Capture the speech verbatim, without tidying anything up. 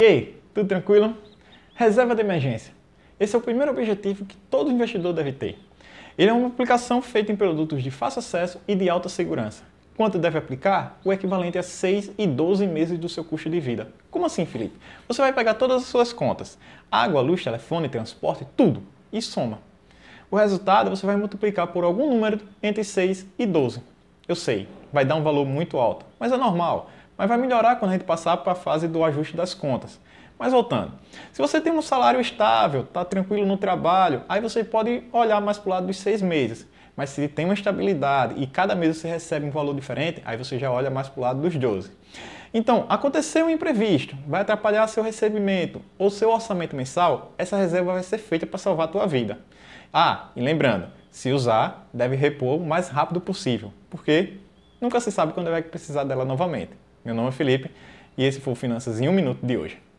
E aí, tudo tranquilo? Reserva de emergência. Esse é o primeiro objetivo que todo investidor deve ter. Ele é uma aplicação feita em produtos de fácil acesso e de alta segurança. Quanto deve aplicar? O equivalente a seis e doze meses do seu custo de vida. Como assim, Felipe? Você vai pegar todas as suas contas, água, luz, telefone, transporte, tudo, e soma. O resultado você vai multiplicar por algum número entre seis e doze. Eu sei, vai dar um valor muito alto, mas é normal. Mas vai melhorar quando a gente passar para a fase do ajuste das contas. Mas voltando, se você tem um salário estável, está tranquilo no trabalho, aí você pode olhar mais para o lado dos seis meses. Mas se tem uma estabilidade e cada mês você recebe um valor diferente, aí você já olha mais para o lado dos doze. Então, aconteceu um imprevisto, vai atrapalhar seu recebimento ou seu orçamento mensal, essa reserva vai ser feita para salvar a tua vida. Ah, e lembrando, se usar, deve repor o mais rápido possível, porque nunca se sabe quando vai precisar dela novamente. Meu nome é Felipe e esse foi o Finanças em um Minuto de hoje.